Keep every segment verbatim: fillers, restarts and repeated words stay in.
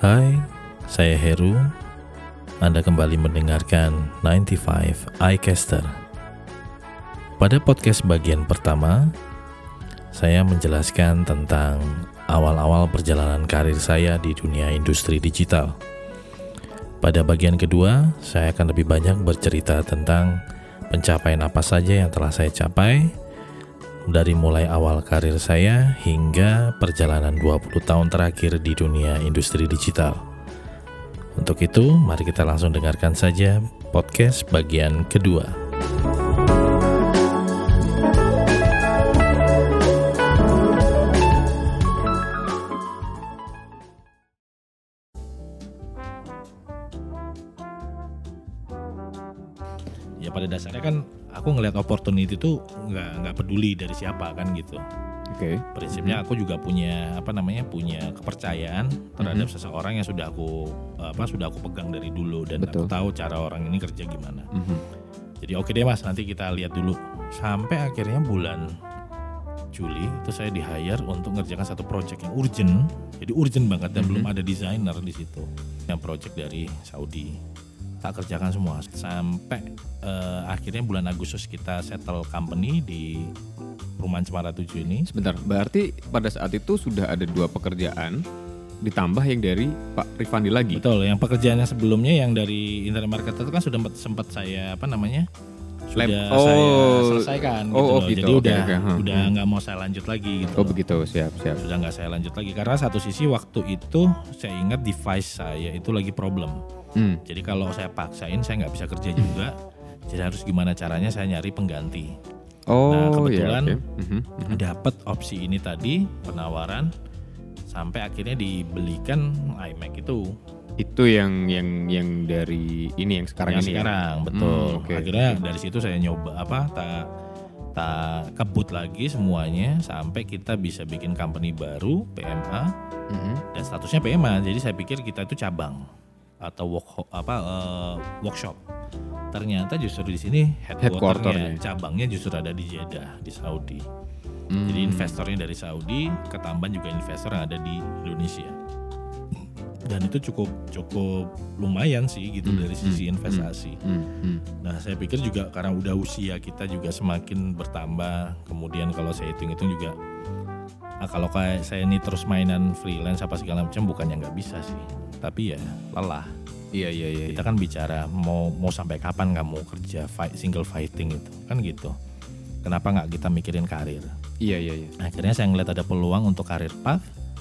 Hai, saya Heru. Anda kembali mendengarkan sembilan puluh lima iCaster. Pada podcast bagian pertama, saya menjelaskan tentang awal-awal perjalanan karir saya di dunia industri digital. Pada bagian kedua, saya akan lebih banyak bercerita tentang pencapaian apa saja yang telah saya capai dari mulai awal karir saya hingga perjalanan dua puluh tahun terakhir di dunia industri digital. Untuk itu, mari kita langsung dengarkan saja podcast bagian kedua. Ya pada dasarnya kan aku ngelihat opportunity itu nggak nggak peduli dari siapa kan gitu. Oke. Okay. Prinsipnya aku juga punya apa namanya punya kepercayaan terhadap mm-hmm. seseorang yang sudah aku apa sudah aku pegang dari dulu dan Betul. Aku tahu cara orang ini kerja gimana. Mm-hmm. Jadi oke deh mas, nanti kita lihat dulu. Sampai akhirnya bulan Juli itu saya di hire untuk ngerjakan satu project yang urgent. Jadi urgent banget dan mm-hmm. belum ada desainer di situ. Yang project dari Saudi. Tak kerjakan semua sampai uh, akhirnya bulan Agustus kita settle company di Perumahan Cemara tujuh ini. Sebentar, berarti pada saat itu sudah ada dua pekerjaan ditambah yang dari Pak Rifandi lagi. Betul, yang pekerjaannya sebelumnya yang dari internet marketer itu kan sudah sempat saya apa namanya sudah oh, saya selesaikan oh, gitu oh, loh. gitu. Jadi okay, udah okay. Hmm. udah nggak mau saya lanjut lagi gitu. Oh loh. Begitu, siap siap. Sudah nggak saya lanjut lagi karena satu sisi waktu itu saya ingat device saya itu lagi problem. Hmm. Jadi kalau saya paksain saya nggak bisa kerja juga. Jadi harus gimana caranya saya nyari pengganti. Oh, nah kebetulan yeah, okay. uh-huh, uh-huh. dapat opsi ini tadi penawaran sampai akhirnya dibelikan iMac itu. Itu yang yang yang dari ini yang sekarang yang ini. Sekarang ya? Betul. Hmm, okay. Akhirnya okay. dari situ saya nyoba apa tak tak kebut lagi semuanya sampai kita bisa bikin company baru P M A uh-huh. dan statusnya P M A. Jadi saya pikir kita itu cabang atau work apa uh, workshop. Ternyata justru di sini headquarternya, cabangnya justru ada di Jeddah di Saudi. Hmm. Jadi investornya dari Saudi, ketambahan juga investor yang ada di Indonesia. Dan itu cukup cukup lumayan sih gitu hmm. dari sisi investasi. Hmm. Hmm. Nah saya pikir juga karena udah usia kita juga semakin bertambah. Kemudian kalau saya hitung-hitung juga, nah kalau kayak saya ini terus mainan freelance apa segala macam bukannya nggak bisa sih. Tapi ya lelah. Iya iya iya. Kita kan bicara mau mau sampai kapan kamu kerja fight, single fighting itu kan gitu. Kenapa nggak kita mikirin karir? Iya iya iya. Akhirnya saya ngeliat ada peluang untuk karir path,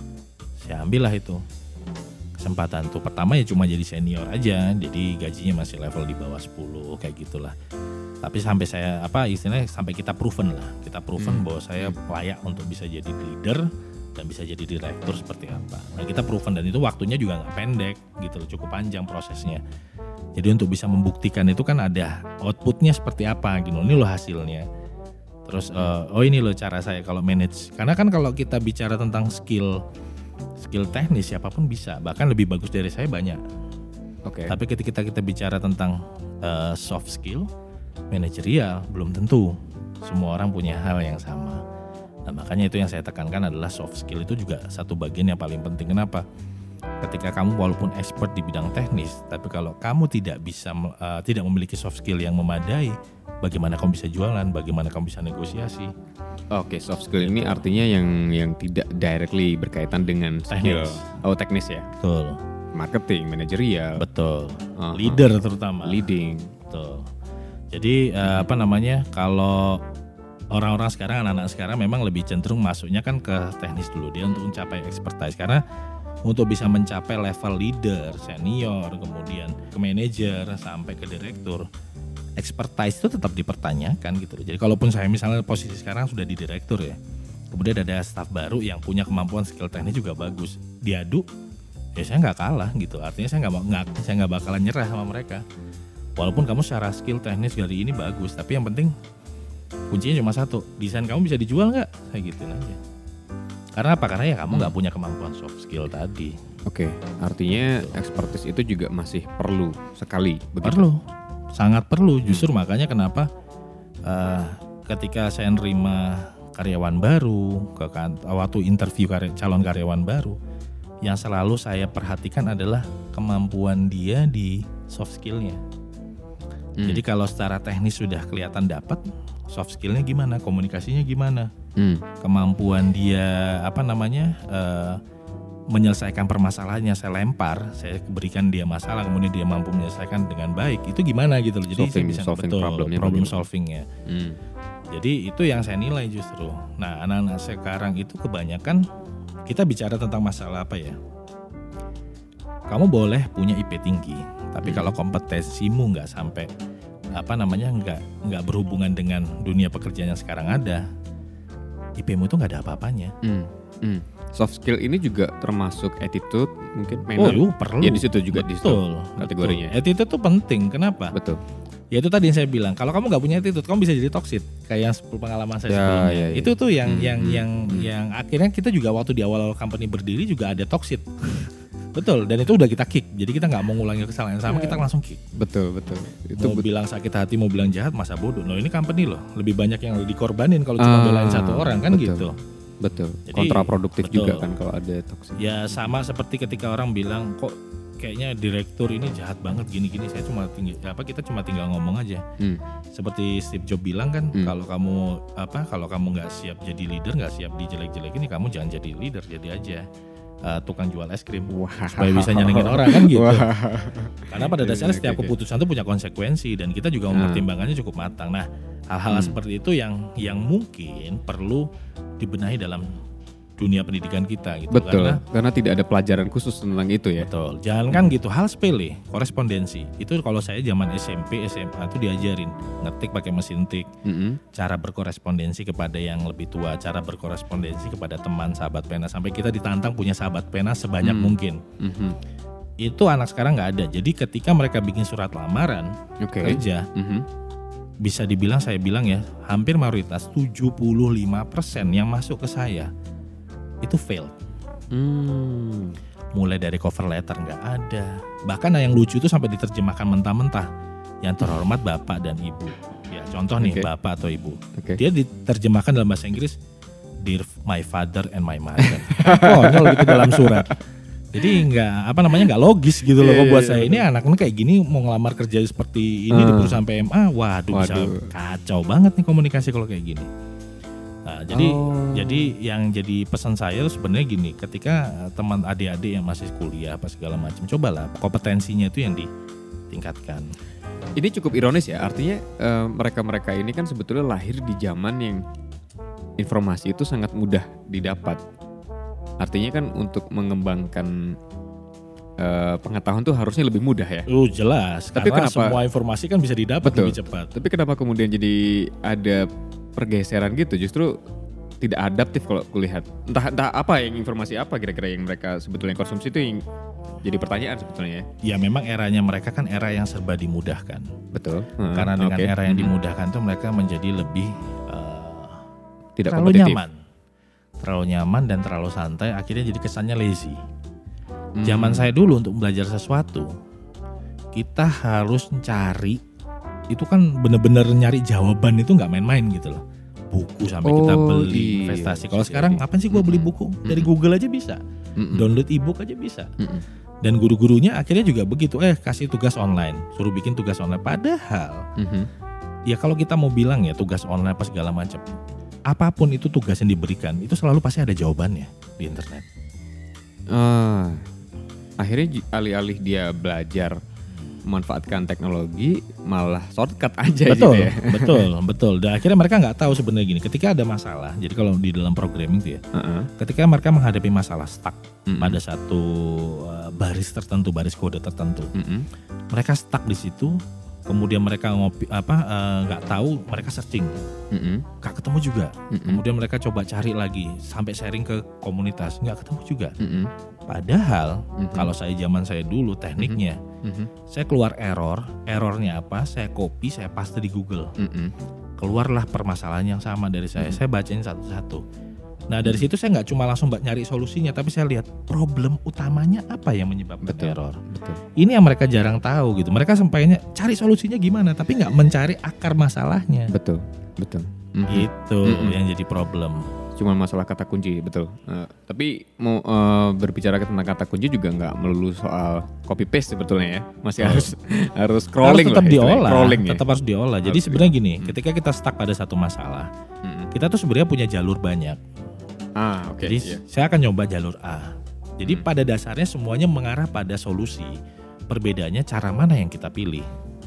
saya ambil lah itu kesempatan tuh. Pertama ya cuma jadi senior aja, jadi gajinya masih level di bawah sepuluh kayak gitulah. Tapi sampai saya apa istilahnya sampai kita proven lah, kita proven hmm. bahwa saya layak untuk bisa jadi leader dan bisa jadi direktur seperti apa. Nah kita proven dan itu waktunya juga nggak pendek gitu loh, cukup panjang prosesnya. Jadi untuk bisa membuktikan itu kan ada outputnya seperti apa gitu, ini loh hasilnya. Terus uh, oh ini loh cara saya kalau manage. Karena kan kalau kita bicara tentang skill skill teknis siapapun bisa, bahkan lebih bagus dari saya banyak. Oke. Okay. Tapi ketika kita bicara tentang uh, soft skill, manajerial belum tentu semua orang punya hal yang sama. Nah makanya itu yang saya tekankan adalah soft skill itu juga satu bagian yang paling penting. Kenapa? Ketika kamu walaupun expert di bidang teknis, tapi kalau kamu tidak bisa uh, tidak memiliki soft skill yang memadai, bagaimana kamu bisa jualan? Bagaimana kamu bisa negosiasi? Oke, soft skill ini artinya yang yang tidak directly berkaitan dengan skill. Teknis. Oh teknis ya. Betul. Marketing, manajerial. Betul. Uh-huh. Leader terutama. Leading. Betul. Jadi uh, apa namanya kalau orang-orang sekarang, anak-anak sekarang memang lebih cenderung masuknya kan ke teknis dulu dia untuk mencapai expertise. Karena untuk bisa mencapai level leader, senior, kemudian ke manajer sampai ke direktur, expertise itu tetap dipertanyakan gitu. Jadi kalaupun saya misalnya posisi sekarang sudah di direktur ya, kemudian ada staff baru yang punya kemampuan skill teknis juga bagus, diadu, ya saya nggak kalah gitu. Artinya saya nggak nggak saya nggak bakalan nyerah sama mereka. Walaupun kamu secara skill teknis kali ini bagus, tapi yang penting kuncinya cuma satu, desain kamu bisa dijual nggak? Kayak gituin aja. Karena apa? Karena ya kamu nggak hmm. punya kemampuan soft skill tadi. Oke, artinya so. expertise itu juga masih perlu sekali. Begitu? Perlu, sangat perlu. Justru hmm. makanya kenapa uh, ketika saya nerima karyawan baru, ke kan, waktu interview karya, calon karyawan baru, yang selalu saya perhatikan adalah kemampuan dia di soft skillnya. Hmm. Jadi kalau secara teknis sudah kelihatan dapat, soft skillnya gimana, komunikasinya gimana, hmm. kemampuan dia apa namanya uh, menyelesaikan permasalahannya, saya lempar, saya berikan dia masalah, kemudian dia mampu menyelesaikan dengan baik, itu gimana gitu loh. Jadi solving, saya bisa solving betul problemnya problem bagaimana? solvingnya. Hmm. Jadi itu yang saya nilai justru. Nah anak-anak sekarang itu kebanyakan kita bicara tentang masalah apa ya? Kamu boleh punya I P tinggi, tapi hmm. kalau kompetensimu nggak sampai apa namanya nggak nggak berhubungan dengan dunia pekerjaan yang sekarang ada, I P-mu itu nggak ada apa-apanya. Hmm. Hmm. Soft skill ini juga termasuk attitude, mungkin manner. Oh, yuk, perlu. Ya di situ juga betul, di situ kategorinya. Betul. Attitude itu penting. Kenapa? Betul. Ya itu tadi yang saya bilang, kalau kamu nggak punya attitude, kamu bisa jadi toxic. Kayak yang sepuluh pengalaman saya ya, sebelumnya. ya, ya. Itu tuh yang hmm, yang hmm, yang hmm. yang akhirnya kita juga waktu di awal-awal company berdiri juga ada toxic. Betul, dan itu udah kita kick. Jadi kita nggak mau ngulangi kesalahan yang sama, kita langsung kick. Betul, betul. Itu mau betul. bilang sakit hati, mau bilang jahat, masa bodoh. No ini company loh, lebih banyak yang dikorbanin kalau cuma ah, belain satu orang kan betul. gitu. Betul. Jadi, kontraproduktif betul. juga kan kalau ada toxic. Ya sama seperti ketika orang bilang kok kayaknya direktur ini jahat banget gini-gini, saya cuma tinggi apa kita cuma tinggal ngomong aja. Hmm. Seperti Steve Jobs bilang kan, hmm. kalau kamu apa kalau kamu nggak siap jadi leader, nggak siap dijelek-jelekin, kamu jangan jadi leader, jadi aja uh, tukang jual es krim wow. supaya bisa nyenengin orang kan gitu. Wow. Karena pada dasarnya setiap keputusan itu punya konsekuensi dan kita juga mempertimbangkannya cukup matang. Nah, hal-hal hmm. seperti itu yang yang mungkin perlu dibenahi dalam dunia pendidikan kita gitu. Betul, karena, karena tidak ada pelajaran khusus tentang itu ya. Betul, jangan kan gitu, hal sepele, korespondensi. Itu kalau saya zaman S M P, S M A itu diajarin ngetik pakai mesin tik, mm-hmm. cara berkorespondensi kepada yang lebih tua, cara berkorespondensi kepada teman, sahabat pena, sampai kita ditantang punya sahabat pena sebanyak mm. mungkin. Mm-hmm. Itu anak sekarang nggak ada. Jadi ketika mereka bikin surat lamaran okay. kerja, mm-hmm. bisa dibilang saya bilang ya, hampir mayoritas tujuh puluh lima persen yang masuk ke saya itu fail. Hmm. Mulai dari cover letter nggak ada. Bahkan yang lucu itu sampai diterjemahkan mentah-mentah. Yang terhormat bapak dan ibu. Ya contoh nih okay. bapak atau ibu. Okay. Dia diterjemahkan dalam bahasa Inggris, Dear my father and my mother. Konyol gitu dalam surat. Jadi nggak apa namanya nggak logis gitu loh. Yeah, buat yeah, saya yeah. ini anaknya kayak gini mau ngelamar kerja seperti ini uh. di perusahaan P M A, waduh, waduh bisa kacau banget nih komunikasi kalau kayak gini. Nah, jadi oh. jadi yang jadi pesan saya sebenarnya gini, ketika teman adik-adik yang masih kuliah apa segala macam, cobalah kompetensinya itu yang ditingkatkan. Ini cukup ironis ya, artinya uh, mereka-mereka ini kan sebetulnya lahir di zaman yang informasi itu sangat mudah didapat. Artinya kan untuk mengembangkan uh, pengetahuan tuh harusnya lebih mudah ya. Oh jelas, tapi karena kenapa, semua informasi kan bisa didapat betul, lebih cepat. Tapi kenapa kemudian jadi ada pergeseran gitu, justru tidak adaptif kalau kulihat. Entah entah apa yang informasi apa kira-kira yang mereka sebetulnya konsumsi itu yang jadi pertanyaan sebetulnya. Ya memang eranya mereka kan era yang serba dimudahkan. Betul. Hmm, Karena dengan okay. era yang dimudahkan tuh mereka menjadi lebih uh, tidak terlalu kompetitif. nyaman. Terlalu nyaman dan terlalu santai, akhirnya jadi kesannya lazy. Hmm. Zaman saya dulu untuk belajar sesuatu, kita harus cari, itu kan bener-bener nyari jawaban itu nggak main-main gitu loh. Buku sampai oh, kita beli iya. investasi. Kalau sekarang ngapain sih gue beli buku? Dari Google aja bisa. Mm-mm. Download ebook aja bisa. Mm-mm. Dan guru-gurunya akhirnya juga begitu. Eh kasih tugas online, suruh bikin tugas online. Padahal mm-hmm. ya kalau kita mau bilang ya tugas online apa segala macam, apapun itu tugas yang diberikan, itu selalu pasti ada jawabannya di internet. Uh, akhirnya alih-alih dia belajar memanfaatkan teknologi, malah shortcut aja betul, gitu ya. Betul, betul. Dan akhirnya mereka nggak tahu sebenarnya gini. Ketika ada masalah, jadi kalau di dalam programming tuh ya, uh-uh. ketika mereka menghadapi masalah stuck uh-uh. pada satu uh, baris tertentu, baris kode tertentu, uh-uh. mereka stuck di situ. Kemudian mereka ngopi apa nggak uh, tahu, mereka searching, uh-uh. nggak ketemu juga. Uh-uh. Kemudian mereka coba cari lagi, sampai sharing ke komunitas, nggak ketemu juga. Uh-uh. Padahal uh-huh. kalau saya zaman saya dulu tekniknya, uh-huh. saya keluar error, errornya apa? Saya copy, saya paste di Google, uh-huh. keluarlah permasalahan yang sama dari saya. Uh-huh. Saya bacain satu-satu. Nah dari situ saya nggak cuma langsung nyari solusinya, tapi saya lihat problem utamanya apa yang menyebabkan betul, error. Betul. Ini yang mereka jarang tahu gitu. Mereka sampainya cari solusinya gimana, tapi nggak mencari akar masalahnya. Betul, betul. Mm-hmm. Itu mm-hmm. yang jadi problem. cuma masalah kata kunci, betul. Uh, tapi mau uh, berbicara tentang kata kunci juga nggak melulu soal copy paste sebetulnya ya, masih oh. harus harus scrolling harus tetap lah, diolah, crawling tetap ya. harus diolah. Jadi sebenarnya gini, hmm. ketika kita stuck pada satu masalah, hmm. kita tuh sebenarnya punya jalur banyak. Ah, oke. Okay, Jadi yeah. saya akan nyoba jalur A. Jadi hmm. pada dasarnya semuanya mengarah pada solusi. Perbedaannya cara mana yang kita pilih.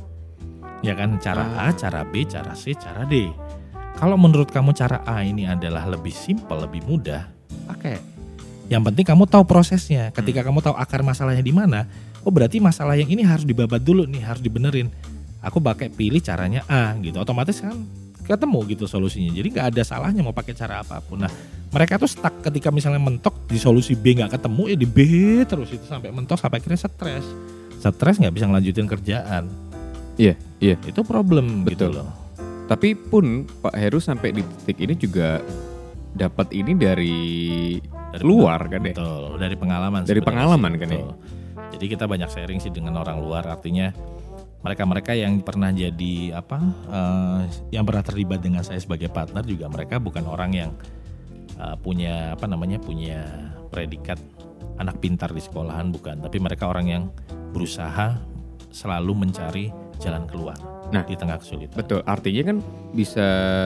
Ya kan, cara ah. A, cara B, cara C, cara D. Kalau menurut kamu cara A ini adalah lebih simpel, lebih mudah, pakai. Yang penting kamu tahu prosesnya. Ketika hmm. kamu tahu akar masalahnya di mana, oh berarti masalah yang ini harus dibabat dulu nih, harus dibenerin. Aku pakai pilih caranya A gitu. Otomatis kan ketemu gitu solusinya. Jadi nggak ada salahnya mau pakai cara apapun. Nah, mereka tuh stuck ketika misalnya mentok di solusi B nggak ketemu, ya di B terus itu sampai mentok sampai akhirnya stres. Stres nggak bisa ngelanjutin kerjaan. Iya, iya. Itu problem. Betul. Gitu loh. Tapi pun Pak Heru sampai di titik ini juga dapat ini dari, dari luar kan ya? Betul, dari pengalaman. Dari pengalaman sih, kan ya? Jadi kita banyak sharing sih dengan orang luar, artinya mereka-mereka yang pernah jadi apa, uh, yang pernah terlibat dengan saya sebagai partner juga mereka bukan orang yang uh, punya apa namanya punya predikat anak pintar di sekolahan, bukan. Tapi mereka orang yang berusaha selalu mencari jalan keluar. Nah, di tengah kesulitan. Betul, artinya kan bisa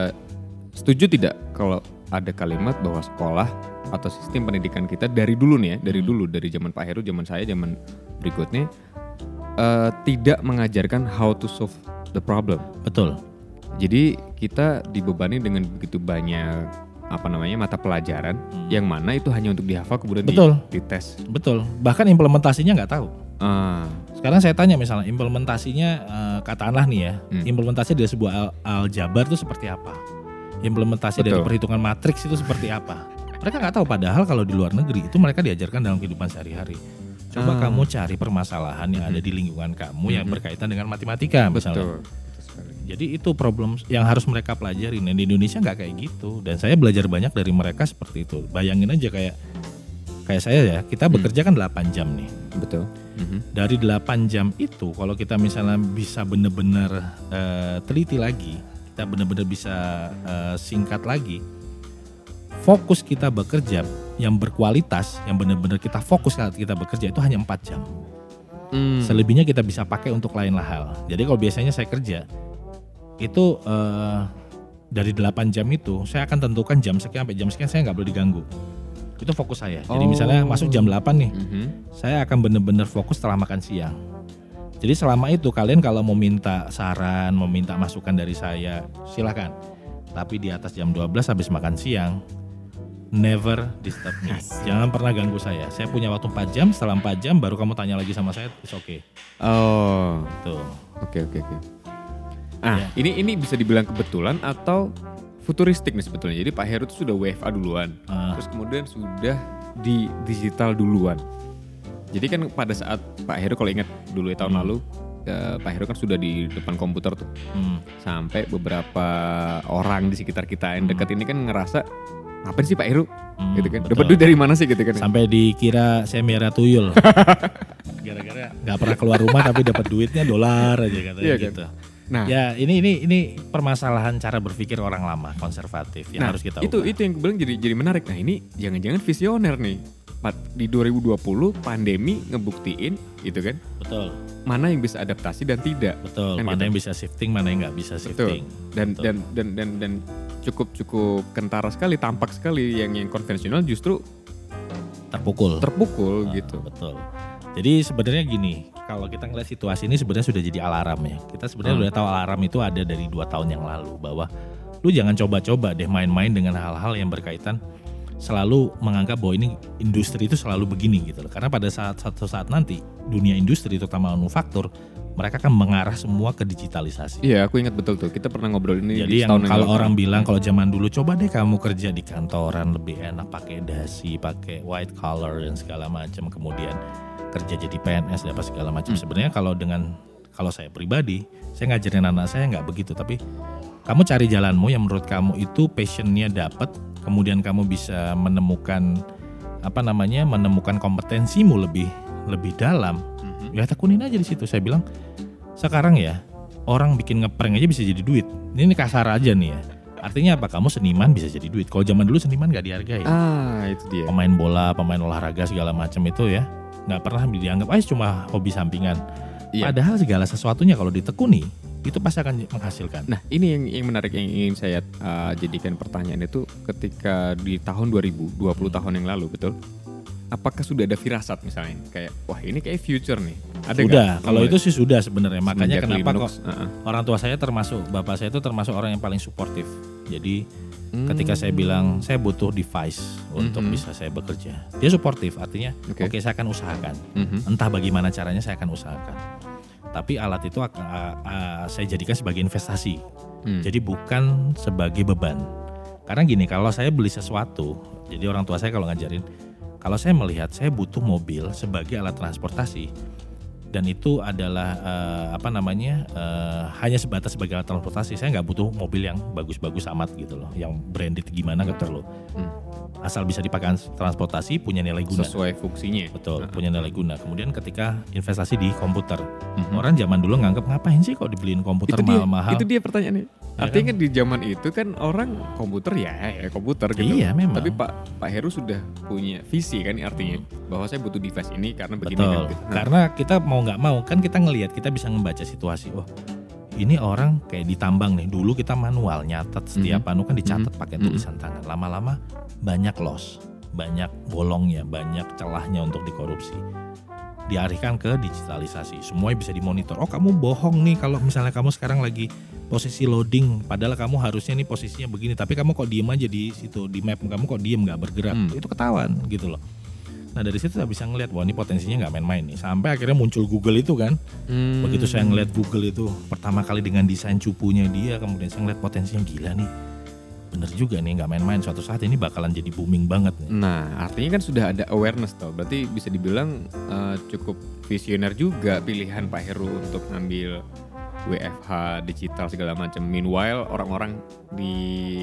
setuju tidak kalau ada kalimat bahwa sekolah atau sistem pendidikan kita dari dulu nih ya, dari hmm. dulu, dari zaman Pak Heru, zaman saya, zaman berikutnya uh, tidak mengajarkan how to solve the problem. Betul. Jadi kita dibebani dengan begitu banyak apa namanya mata pelajaran hmm. yang mana itu hanya untuk dihafal kemudian Betul. di, dites. Betul. Bahkan implementasinya nggak tahu. Uh. Sekarang saya tanya misalnya implementasinya uh, katakanlah nih ya, hmm. implementasi dari sebuah al- aljabar itu seperti apa? Implementasi Betul. Dari perhitungan matriks itu seperti apa? Mereka nggak tahu, padahal kalau di luar negeri itu mereka diajarkan dalam kehidupan sehari-hari. Coba uh. kamu cari permasalahan yang hmm. ada di lingkungan kamu hmm. yang berkaitan dengan matematika misalnya. Betul. Jadi itu problem yang harus mereka pelajari. Nah, di Indonesia nggak kayak gitu. Dan saya belajar banyak dari mereka seperti itu. Bayangin aja kayak kayak saya ya, kita bekerja hmm. kan delapan jam nih. Betul. Mm-hmm. Dari delapan jam itu kalau kita misalnya bisa benar-benar uh, teliti lagi, kita benar-benar bisa uh, singkat lagi, fokus kita bekerja yang berkualitas, yang benar-benar kita fokus saat kita bekerja itu hanya empat jam. Mm. Selebihnya kita bisa pakai untuk lain hal. Jadi kalau biasanya saya kerja itu uh, dari delapan jam itu saya akan tentukan jam sekian sampai jam sekian saya nggak boleh diganggu. Itu fokus saya. Jadi oh. misalnya masuk jam delapan nih, mm-hmm. saya akan benar-benar fokus setelah makan siang. Jadi selama itu kalian kalau mau minta saran, mau minta masukan dari saya, silakan. Tapi di atas jam dua belas habis makan siang, never disturb me. Jangan pernah ganggu saya. Saya punya waktu empat jam, setelah empat jam baru kamu tanya lagi sama saya, it's okay. Oh, tuh. Oke, oke, oke. Ah, ya. ini ini bisa dibilang kebetulan atau futuristik nih sebetulnya. Jadi Pak Heru itu sudah W F A duluan, uh. terus kemudian sudah di digital duluan. Jadi kan pada saat Pak Heru kalau ingat dulu ya tahun hmm. lalu, uh, Pak Heru kan sudah di depan komputer tuh, hmm. sampai beberapa orang di sekitar kita yang dekat hmm. ini kan ngerasa ngapain sih Pak Heru, hmm, gitu kan? Dapat duit dari mana sih gitu kan? Sampai dikira saya miara tuyul, gara-gara nggak pernah keluar rumah tapi dapat duitnya dolar aja katanya iya, gitu. Kan? Nah, ya ini ini ini permasalahan cara berpikir orang lama konservatif yang nah, harus kita itu ubah. Itu yang gue bilang jadi jadi menarik. Nah ini jangan-jangan visioner nih. Di dua ribu dua puluh pandemi ngebuktiin gitu kan? Betul. Mana yang bisa adaptasi dan tidak? Betul. Kan mana gitu? Yang bisa shifting, mana yang nggak bisa shifting. Betul. Dan, Betul. dan dan dan dan cukup cukup kentara sekali, tampak sekali yang yang konvensional justru terpukul. Terpukul nah, gitu. Betul. Jadi sebenarnya gini, kalau kita ngeliat situasi ini sebenarnya sudah jadi alarm ya. Kita sebenarnya hmm. udah tahu alarm itu ada dari dua tahun yang lalu bahwa lu jangan coba-coba deh main-main dengan hal-hal yang berkaitan selalu menganggap bahwa ini industri itu selalu begini gitu loh. Karena pada saat satu saat nanti dunia industri terutama manufaktur mereka akan mengarah semua ke digitalisasi. Iya, aku ingat betul tuh. Kita pernah ngobrol ini. Jadi yang kalau orang bilang kalau zaman dulu coba deh kamu kerja di kantoran lebih enak pakai dasi, pakai white collar dan segala macam, kemudian kerja jadi P N S dan apa segala macam. Hmm. Sebenarnya kalau dengan kalau saya pribadi, saya ngajarin anak saya nggak begitu, tapi kamu cari jalanmu yang menurut kamu itu passionnya dapat, kemudian kamu bisa menemukan apa namanya menemukan kompetensimu lebih lebih dalam. Hmm. Ya tekunin aja di situ. Saya bilang sekarang ya orang bikin ngeprank aja bisa jadi duit. Ini kasar aja nih ya. Artinya apa? Kamu seniman bisa jadi duit. Kalau zaman dulu seniman nggak dihargai. Ah, itu dia. Pemain bola, pemain olahraga segala macam itu ya nggak pernah dianggap ah cuma hobi sampingan. Iya. Padahal segala sesuatunya kalau ditekuni itu pasti akan menghasilkan. Nah ini yang, yang menarik yang ingin saya uh, jadikan pertanyaan itu ketika di tahun dua ribu, dua puluh hmm. tahun yang lalu, betul? Apakah sudah ada firasat misalnya kayak wah ini kayak future nih? Ada sudah, kalau itu sih sudah sebenarnya. Makanya kenapa Linux, kok uh-uh. orang tua saya termasuk, bapak saya itu termasuk orang yang paling suportif. Jadi hmm. ketika saya bilang saya butuh device untuk mm-hmm. bisa saya bekerja, dia suportif. Artinya oke okay. okay, saya akan usahakan. Mm-hmm. Entah bagaimana caranya saya akan usahakan. Tapi alat itu akan uh, uh, saya jadikan sebagai investasi. Hmm. Jadi bukan sebagai beban. Karena gini, kalau saya beli sesuatu, jadi orang tua saya kalau ngajarin, kalau saya melihat saya butuh mobil sebagai alat transportasi dan itu adalah uh, apa namanya uh, hanya sebatas sebagai alat transportasi, saya nggak butuh mobil yang bagus-bagus amat gitu loh, yang branded gimana nggak perlu. Hmm. Asal bisa dipakai transportasi, punya nilai guna. Sesuai fungsinya. Betul, nah. punya nilai guna. Kemudian ketika investasi di komputer, mm-hmm. orang zaman dulu nganggap ngapain sih kok dibeliin komputer itu mahal-mahal. Dia, itu dia pertanyaannya. Ya artinya kan di zaman itu kan orang komputer ya, ya komputer gitu. Iya memang. Tapi Pak Pak Heru sudah punya visi kan artinya hmm. bahwa saya butuh device ini karena begini. Betul. Kan. Gitu. Nah. Karena kita mau nggak mau kan kita ngelihat, kita bisa membaca situasi. Oh ini orang kayak ditambang nih. Dulu kita manual nyatet setiap mm-hmm. anu kan dicatat mm-hmm. pakai tulisan mm-hmm. tangan. Lama-lama banyak loss, banyak bolongnya, banyak celahnya untuk dikorupsi. Dialihkan ke digitalisasi, semuanya bisa dimonitor. Oh kamu bohong nih kalau misalnya kamu sekarang lagi posisi loading, padahal kamu harusnya nih posisinya begini, tapi kamu kok diem aja di situ, di map kamu kok diem nggak bergerak, hmm. itu ketahuan gitu loh. Nah dari situ saya bisa ngelihat wah ini potensinya nggak main-main nih. Sampai akhirnya muncul Google itu kan. Hmm. Begitu saya ngelihat Google itu pertama kali dengan desain cupunya dia, kemudian saya ngelihat potensinya gila nih. Bener juga nih nggak main-main, suatu saat ini bakalan jadi booming banget nih. Nah artinya kan sudah ada awareness tuh, berarti bisa dibilang uh, cukup visioner juga pilihan Pak Heru untuk ngambil W F H digital segala macam. Meanwhile orang-orang di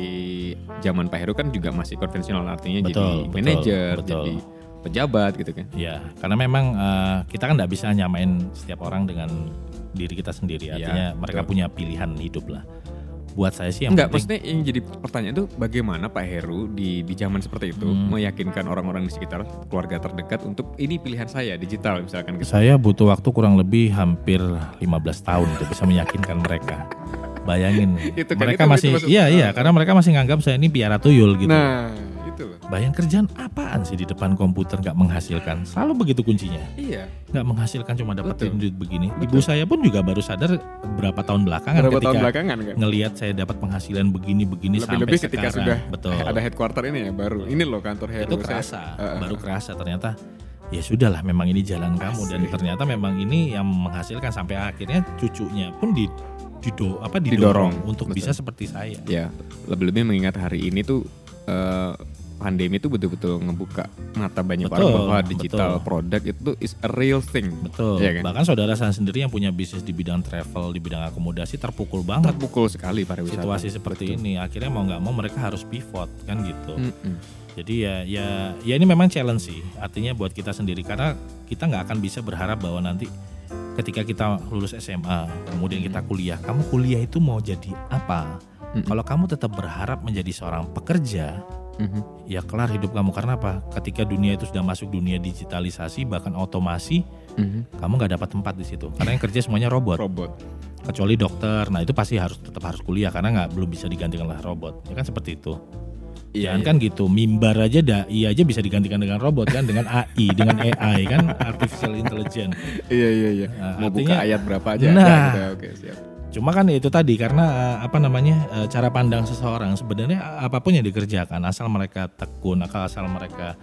zaman Pak Heru kan juga masih konvensional, artinya betul, jadi manajer, jadi pejabat gitu kan. Ya karena memang uh, kita kan nggak bisa nyamain setiap orang dengan diri kita sendiri, artinya ya, mereka betul. Punya pilihan hidup lah. Buat saya sih yang enggak, penting, maksudnya yang jadi pertanyaan itu bagaimana Pak Heru di di zaman seperti itu hmm. meyakinkan orang-orang di sekitar keluarga terdekat untuk ini pilihan saya digital misalkan gitu. Saya butuh waktu kurang lebih hampir lima belas tahun untuk bisa meyakinkan mereka. Bayangin itu kan, mereka itu, masih itu iya iya karena mereka masih nganggap saya ini piara tuyul gitu. Nah, itu loh. Bayang kerjaan apaan sih di depan komputer nggak menghasilkan? Selalu begitu kuncinya. Iya. Nggak menghasilkan, cuma dapetin duit begini. Betul. Ibu saya pun juga baru sadar beberapa tahun belakangan beberapa ketika tahun belakangan, kan? ngelihat saya dapat penghasilan begini-begini sampai lebih sekarang. Ketika sudah betul. Ada headquarter ini ya baru. Ini loh kantor Heru. Itu kerasa, saya, uh, baru kerasa ternyata. Ya sudahlah, memang ini jalan kamu dan ternyata memang ini yang menghasilkan sampai akhirnya cucunya pun di dido apa didorong, didorong untuk betul. Bisa seperti saya. Ya, lebih-lebih mengingat hari ini tuh uh, pandemi itu betul-betul ngebuka mata banyak betul, orang bahwa digital betul. Product itu is a real thing. Betul. Ya kan? Bahkan saudara saya sendiri yang punya bisnis di bidang travel, di bidang akomodasi terpukul banget. Terpukul sekali pariwisata. Situasi seperti betul. Ini akhirnya mau nggak mau mereka harus pivot kan gitu. Mm-mm. Jadi ya ya ya ini memang challenge sih. Artinya buat kita sendiri karena kita nggak akan bisa berharap bahwa nanti ketika kita lulus S M A kemudian kita kuliah, kamu kuliah itu mau jadi apa? Mm-hmm. Kalau kamu tetap berharap menjadi seorang pekerja, mm-hmm. ya kelar hidup kamu. Karena apa? Ketika dunia itu sudah masuk dunia digitalisasi bahkan otomasi, mm-hmm. kamu nggak dapat tempat di situ. Karena yang kerja semuanya robot. Robot. Kecuali dokter, nah itu pasti harus tetap harus kuliah karena nggak belum bisa digantikan oleh robot. Ya kan seperti itu. Iya, jangan iya. Kan gitu, mimbar aja dai aja bisa digantikan dengan robot kan, dengan A I, dengan A I kan, artificial intelligence. Iya iya iya. Nah, mau artinya, buka ayat berapa aja. Nah, ada, gitu. Oke, siap. Cuma kan itu tadi karena apa namanya cara pandang seseorang sebenarnya apapun yang dikerjakan asal mereka tekun, asal mereka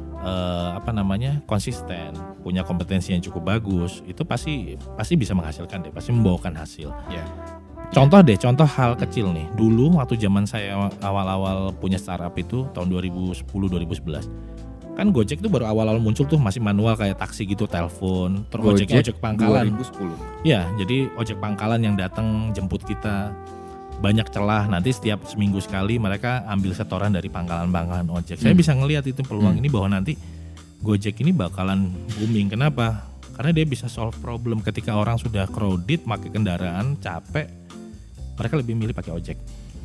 eh, apa namanya konsisten, punya kompetensi yang cukup bagus, itu pasti pasti bisa menghasilkan deh, pasti membawakan hasil. Yeah. Contoh deh, contoh hal kecil nih. Dulu waktu zaman saya awal-awal punya startup itu tahun dua ribu sepuluh dua ribu sebelas. Kan Gojek tuh baru awal-awal muncul tuh masih manual kayak taksi gitu, telepon. Terus Gojek, ojek pangkalan. dua ribu sepuluh. Ya, jadi ojek pangkalan yang datang jemput kita. Banyak celah, nanti setiap seminggu sekali mereka ambil setoran dari pangkalan-pangkalan ojek. Hmm. Saya bisa ngelihat itu peluang hmm. ini bahwa nanti Gojek ini bakalan booming. Kenapa? Karena dia bisa solve problem ketika orang sudah crowded, pakai kendaraan, capek. Mereka lebih milih pakai ojek.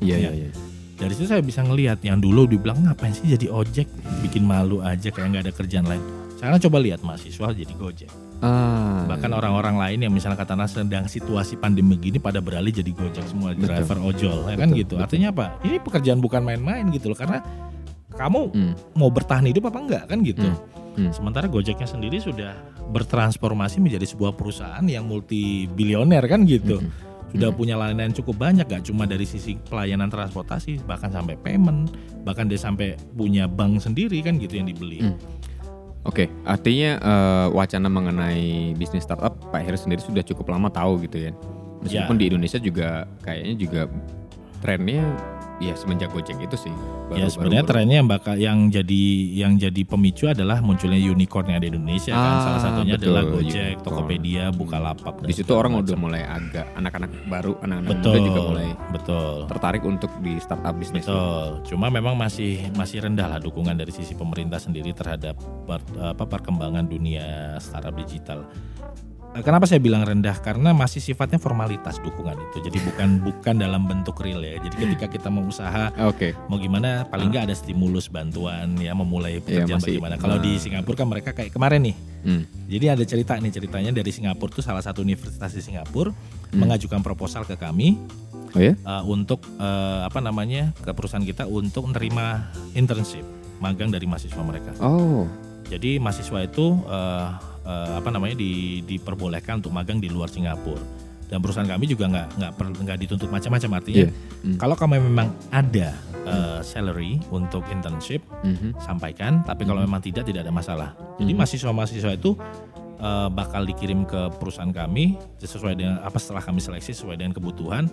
Iya, Ya. iya, iya. Dari situ saya bisa ngelihat yang dulu dibilang ngapain sih jadi ojek, bikin malu aja kayak nggak ada kerjaan lain. Sekarang coba lihat mahasiswa jadi Gojek. Ah, Bahkan orang-orang lain yang misalnya katakanlah sedang situasi pandemi gini pada beralih jadi Gojek semua, Betul. driver ojol, ya kan Betul, gitu. betul. Artinya apa? Ini pekerjaan bukan main-main gitu loh, karena kamu Hmm, mau bertahan hidup apa enggak kan gitu. Hmm, hmm. Sementara Gojeknya sendiri sudah bertransformasi menjadi sebuah perusahaan yang multi bilioner kan gitu. Hmm. Sudah Hmm. punya layanan cukup banyak, gak cuma dari sisi pelayanan transportasi, bahkan sampai payment, bahkan dia sampai punya bank sendiri kan gitu yang dibeli. Hmm. Oke, artinya eh, wacana mengenai bisnis startup Pak Heru sendiri sudah cukup lama tahu gitu ya. Meskipun Ya. di Indonesia juga kayaknya juga trennya ya semenjak Gojek itu sih. Ya sebenarnya trennya yang bakal yang jadi yang jadi pemicu adalah munculnya unicorn yang ada di Indonesia kan. Ah, Salah satunya betul, adalah Gojek, unicorn. Tokopedia, Bukalapak. dan Di situ segala orang macam. udah mulai agak anak-anak baru, anak-anak betul muda juga mulai betul tertarik untuk di startup bisnis. betul. Cuma memang masih masih rendah lah dukungan dari sisi pemerintah sendiri terhadap per, apa perkembangan dunia startup digital. Kenapa saya bilang rendah? Karena masih sifatnya formalitas dukungan itu. Jadi bukan bukan dalam bentuk real ya. Jadi ketika kita mau usaha Oke. mau gimana paling nggak ada stimulus bantuan ya memulai pekerjaan masih- bagaimana. Kalau di nah. Singapura kan mereka kayak kemarin nih. Hmm. Jadi ada cerita nih ceritanya dari Singapura tuh salah satu universitas di Singapura Hmm. mengajukan proposal ke kami Oh ya? uh, untuk uh, apa namanya ke perusahaan kita untuk menerima internship magang dari mahasiswa mereka. Oh. Jadi mahasiswa itu uh, uh, apa namanya di, diperbolehkan untuk magang di luar Singapura. Dan perusahaan kami juga nggak nggak per- nggak dituntut macam-macam artinya. Iya. Hmm. Kalau kamu memang ada uh, salary untuk internship Mhm. sampaikan, tapi kalau Mhm. memang tidak tidak ada masalah. Jadi Mhm. mahasiswa-mahasiswa itu uh, bakal dikirim ke perusahaan kami sesuai dengan apa setelah kami seleksi sesuai dengan kebutuhan.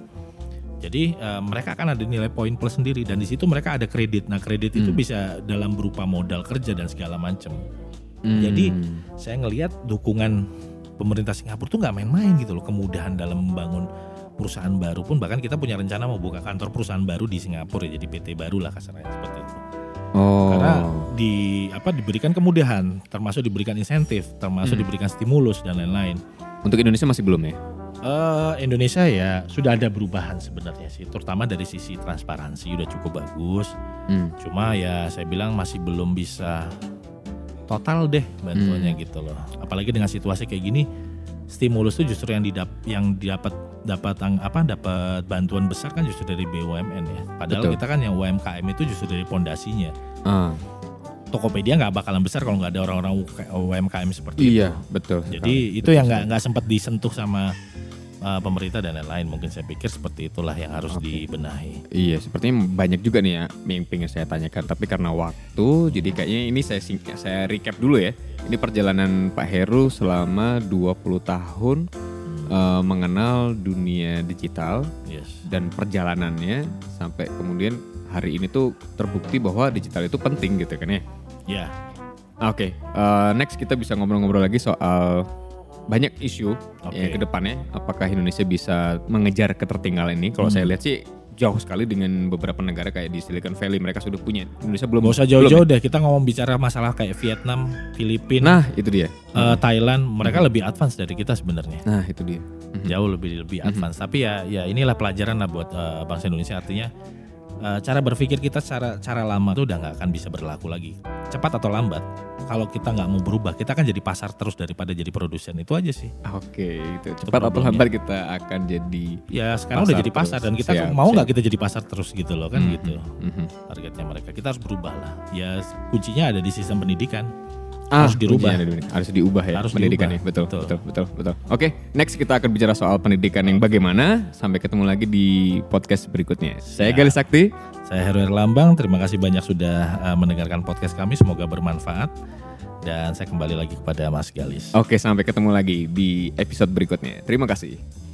Jadi uh, mereka akan ada nilai poin plus sendiri dan di situ mereka ada kredit. Nah kredit itu Hmm. bisa dalam berupa modal kerja dan segala macam. Hmm. Jadi saya ngelihat dukungan pemerintah Singapura tuh nggak main-main gitu loh, kemudahan dalam membangun perusahaan baru pun, bahkan kita punya rencana mau buka kantor perusahaan baru di Singapura ya, jadi P T baru lah kasarnya seperti itu. Oh. Karena di apa diberikan kemudahan, termasuk diberikan insentif, termasuk Hmm. diberikan stimulus dan lain-lain. Untuk Indonesia masih belum ya? Eh Indonesia ya sudah ada perubahan sebenarnya sih, terutama dari sisi transparansi udah cukup bagus. Hmm. Cuma ya saya bilang masih belum bisa total deh bantuannya Hmm. gitu loh. Apalagi dengan situasi kayak gini, stimulus itu justru yang didap yang didapat dapat ang- apa dapat bantuan besar kan justru dari B U M N ya. Padahal Betul. kita kan yang U M K M itu justru dari pondasinya. Ah. Tokopedia nggak bakalan besar kalau nggak ada orang-orang U M K M seperti Iya, itu. betul. Jadi itu yang nggak nggak sempat disentuh sama uh, pemerintah dan lain-lain. Mungkin saya pikir seperti itulah yang harus Oke. dibenahi. Iya, sepertinya banyak juga nih ya yang pengen saya tanyakan. Tapi karena waktu, jadi kayaknya ini saya sing- saya recap dulu ya. Ini perjalanan Pak Heru selama dua puluh tahun eh, mengenal dunia digital Yes. dan perjalanannya sampai kemudian hari ini tuh terbukti bahwa digital itu penting gitu kan ya. Ya. Oke, eh, next kita bisa ngobrol-ngobrol lagi soal banyak isu Oke. ya, ke depannya. Apakah Indonesia bisa mengejar ketertinggalan ini? Kalau Hmm. saya lihat sih jauh sekali dengan beberapa negara kayak di Silicon Valley, mereka sudah punya. Indonesia belum. Gak usah belum jauh-jauh ya? deh, kita ngomong bicara masalah kayak Vietnam, Filipina, Nah, itu dia. eh, Thailand, mereka lebih advance dari kita sebenarnya. Nah, itu dia. Mhm. Jauh lebih lebih advance. Tapi ya ya inilah pelajaran lah buat eh, bangsa Indonesia, artinya eh, cara berpikir kita cara cara lama itu udah nggak akan bisa berlaku lagi. Cepat atau lambat, kalau kita nggak mau berubah, kita akan jadi pasar terus daripada jadi produsen, itu aja sih. Oke, itu cepat atau problemnya. lambat kita akan jadi. Ya sekarang Pasar udah jadi pasar terus. dan kita Siap, mau nggak siap. kita jadi pasar terus gitu loh kan Mhm, gitu mhm. targetnya mereka. Kita harus berubah lah. Ya kuncinya ada di sistem pendidikan. Ah, Harus dirubah. kuncinya ada di- harus diubah ya Harus pendidikannya. diubah. Betul, Betul. betul, betul, betul. Oke, next kita akan bicara soal pendidikan yang bagaimana. Sampai ketemu lagi di podcast berikutnya. Saya Siap. Gali Sakti. Saya Heru Erlambang, terima kasih banyak sudah uh, mendengarkan podcast kami, semoga bermanfaat. Dan saya kembali lagi kepada Mas Galis. Oke, sampai ketemu lagi di episode berikutnya. Terima kasih.